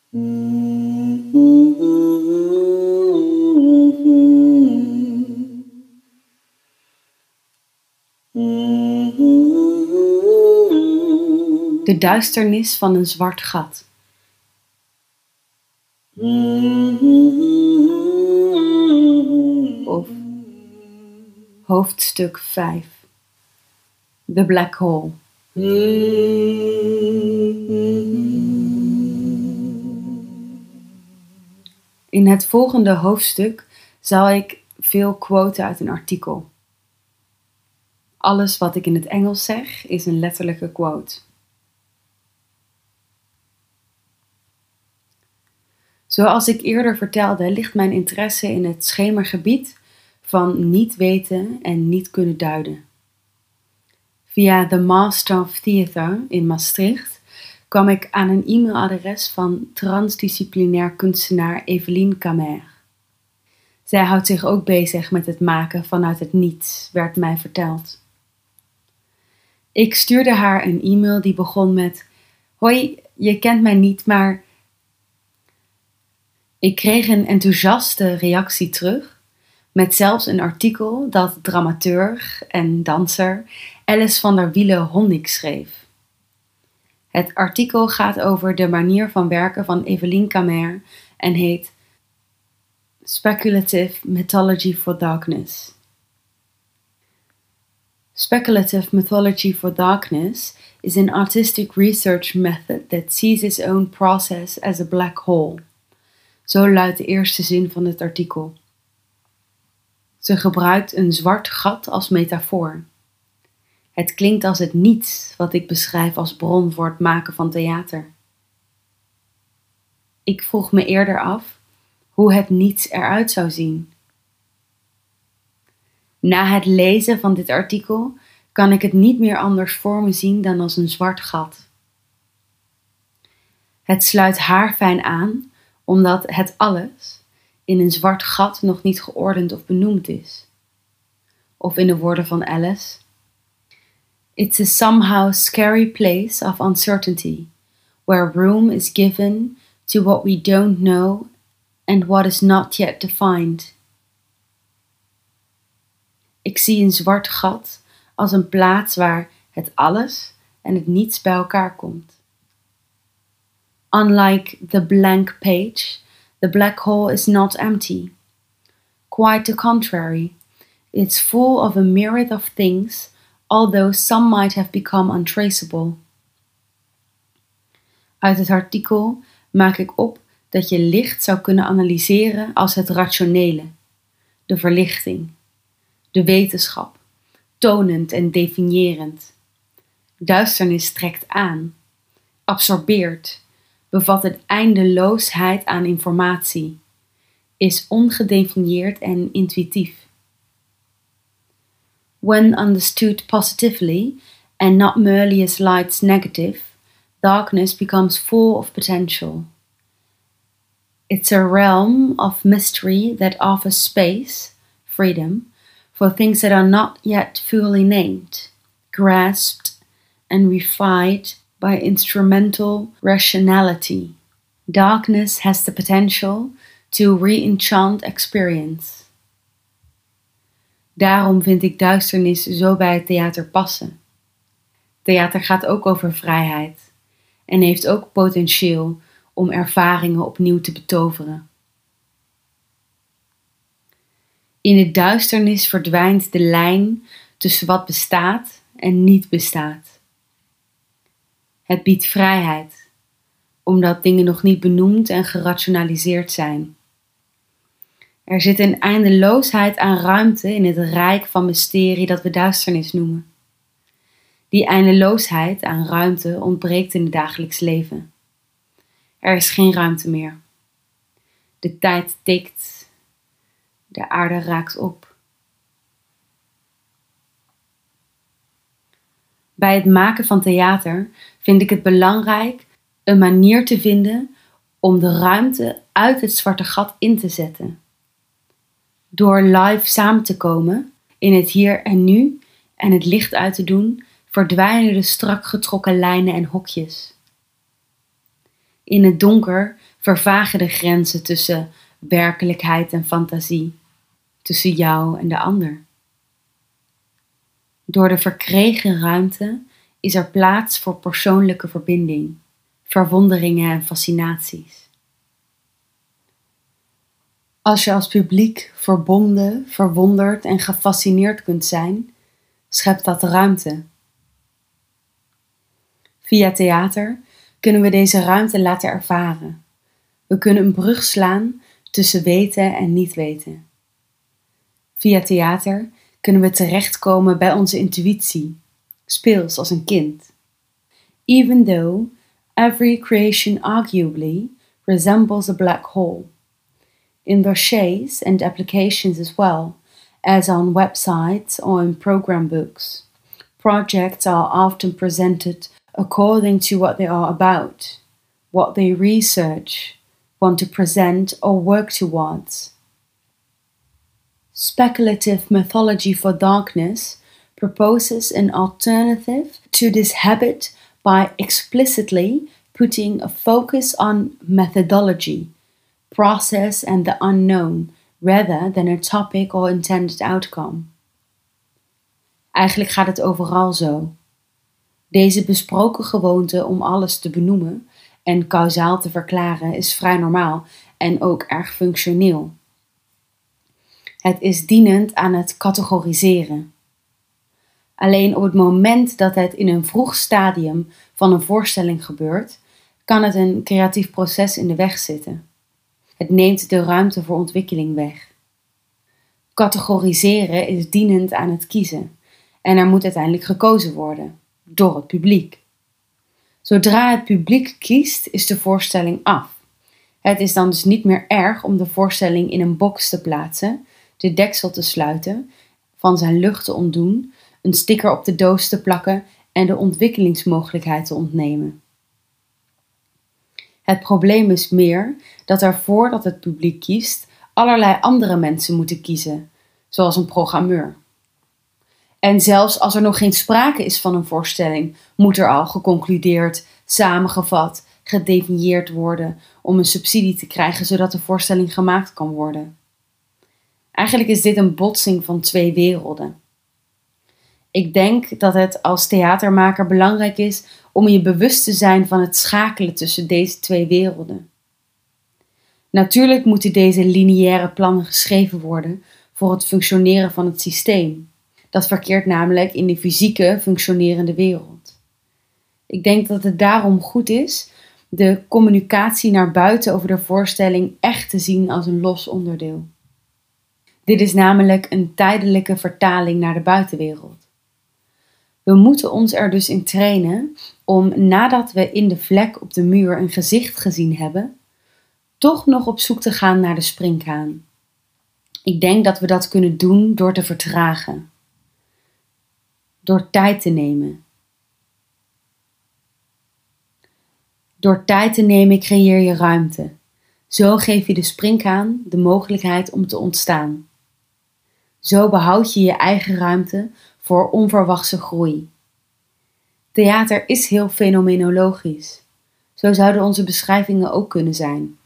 De duisternis van een zwart gat. Of hoofdstuk 5. The Black Hole. In het volgende hoofdstuk zal ik veel quoten uit een artikel. Alles wat ik in het Engels zeg is een letterlijke quote. Zoals ik eerder vertelde, ligt mijn interesse in het schemergebied van niet weten en niet kunnen duiden. Via The Master of Theatre in Maastricht kwam ik aan een e-mailadres van transdisciplinair kunstenaar Evelyne Kamer. Zij houdt zich ook bezig met het maken vanuit het niets, werd mij verteld. Ik stuurde haar een e-mail die begon met: Hoi, je kent mij niet, maar... Ik kreeg een enthousiaste reactie terug, met zelfs een artikel dat dramaturg en danser Alice van der Wiele-Honnik schreef. Het artikel gaat over de manier van werken van Evelyne Kamer en heet Speculative Mythology for Darkness. Speculative Mythology for Darkness is an artistic research method that sees its own process as a black hole. Zo luidt de eerste zin van het artikel. Ze gebruikt een zwart gat als metafoor. Het klinkt als het niets wat ik beschrijf als bron voor het maken van theater. Ik vroeg me eerder af hoe het niets eruit zou zien. Na het lezen van dit artikel kan ik het niet meer anders voor me zien dan als een zwart gat. Het sluit haarfijn aan, omdat het alles in een zwart gat nog niet geordend of benoemd is. Of in de woorden van Alice: It's a somehow scary place of uncertainty, where room is given to what we don't know and what is not yet defined. Ik zie een zwart gat als een plaats waar het alles en het niets bij elkaar komt. Unlike the blank page, the black hole is not empty. Quite the contrary, it's full of a myriad of things, although some might have become untraceable. Uit het artikel maak ik op dat je licht zou kunnen analyseren als het rationele, de verlichting, de wetenschap, tonend en definiërend. Duisternis trekt aan, absorbeert, bevat een eindeloosheid aan informatie, is ongedefinieerd en intuïtief. When understood positively and not merely as light's negative, darkness becomes full of potential. It's a realm of mystery that offers space, freedom, for things that are not yet fully named, grasped, and refined by instrumental rationality. Darkness has the potential to re-enchant experience. Daarom vind ik duisternis zo bij het theater passen. Theater gaat ook over vrijheid en heeft ook potentieel om ervaringen opnieuw te betoveren. In de duisternis verdwijnt de lijn tussen wat bestaat en niet bestaat. Het biedt vrijheid, omdat dingen nog niet benoemd en gerationaliseerd zijn. Er zit een eindeloosheid aan ruimte in het rijk van mysterie dat we duisternis noemen. Die eindeloosheid aan ruimte ontbreekt in het dagelijks leven. Er is geen ruimte meer. De tijd tikt. De aarde raakt op. Bij het maken van theater vind ik het belangrijk een manier te vinden om de ruimte uit het zwarte gat in te zetten. Door live samen te komen in het hier en nu en het licht uit te doen, verdwijnen de strak getrokken lijnen en hokjes. In het donker vervagen de grenzen tussen werkelijkheid en fantasie, tussen jou en de ander. Door de verkregen ruimte is er plaats voor persoonlijke verbinding, verwonderingen en fascinaties. Als je als publiek verbonden, verwonderd en gefascineerd kunt zijn, schept dat ruimte. Via theater kunnen we deze ruimte laten ervaren. We kunnen een brug slaan tussen weten en niet weten. Via theater kunnen we terechtkomen bij onze intuïtie, speels als een kind. Even though every creation arguably resembles a black hole. In their shades and applications as well as on websites or in program books. Projects are often presented according to what they are about, what they research, want to present or work towards. Speculative mythology for darkness proposes an alternative to this habit by explicitly putting a focus on methodology, process and the unknown, rather than a topic or intended outcome. Eigenlijk gaat het overal zo. Deze besproken gewoonte om alles te benoemen en kausaal te verklaren is vrij normaal en ook erg functioneel. Het is dienend aan het categoriseren. Alleen op het moment dat het in een vroeg stadium van een voorstelling gebeurt, kan het een creatief proces in de weg zitten. Het neemt de ruimte voor ontwikkeling weg. Categoriseren is dienend aan het kiezen en er moet uiteindelijk gekozen worden, door het publiek. Zodra het publiek kiest, is de voorstelling af. Het is dan dus niet meer erg om de voorstelling in een box te plaatsen, de deksel te sluiten, van zijn lucht te ontdoen, een sticker op de doos te plakken en de ontwikkelingsmogelijkheid te ontnemen. Het probleem is meer dat er voordat het publiek kiest, allerlei andere mensen moeten kiezen, zoals een programmeur. En zelfs als er nog geen sprake is van een voorstelling, moet er al geconcludeerd, samengevat, gedefinieerd worden om een subsidie te krijgen zodat de voorstelling gemaakt kan worden. Eigenlijk is dit een botsing van twee werelden. Ik denk dat het als theatermaker belangrijk is om je bewust te zijn van het schakelen tussen deze twee werelden. Natuurlijk moeten deze lineaire plannen geschreven worden voor het functioneren van het systeem. Dat verkeert namelijk in de fysieke functionerende wereld. Ik denk dat het daarom goed is de communicatie naar buiten over de voorstelling echt te zien als een los onderdeel. Dit is namelijk een tijdelijke vertaling naar de buitenwereld. We moeten ons er dus in trainen om nadat we in de vlek op de muur een gezicht gezien hebben, toch nog op zoek te gaan naar de springhaan. Ik denk dat we dat kunnen doen door te vertragen. Door tijd te nemen. Door tijd te nemen creëer je ruimte. Zo geef je de springhaan de mogelijkheid om te ontstaan. Zo behoud je je eigen ruimte voor onverwachte groei. Theater is heel fenomenologisch. Zo zouden onze beschrijvingen ook kunnen zijn.